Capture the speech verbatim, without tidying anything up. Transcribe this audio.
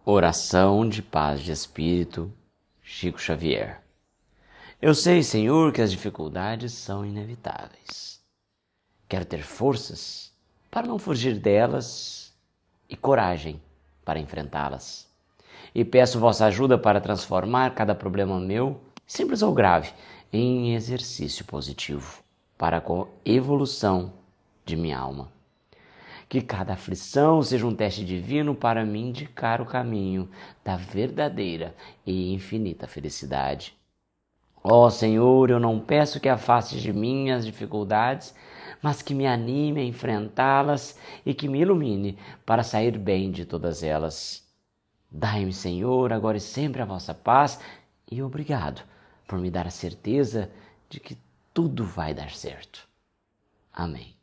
Oração de paz de espírito, Chico Xavier. Eu sei, Senhor, que as dificuldades são inevitáveis. Quero ter forças para não fugir delas e coragem para enfrentá-las. E peço vossa ajuda para transformar cada problema meu, simples ou grave, em exercício positivo para a evolução de minha alma. Que cada aflição seja um teste divino para me indicar o caminho da verdadeira e infinita felicidade. Ó Senhor, eu não peço que afastes de mim as dificuldades, mas que me anime a enfrentá-las e que me ilumine para sair bem de todas elas. Dai-me, Senhor, agora e sempre a vossa paz e obrigado por me dar a certeza de que tudo vai dar certo. Amém.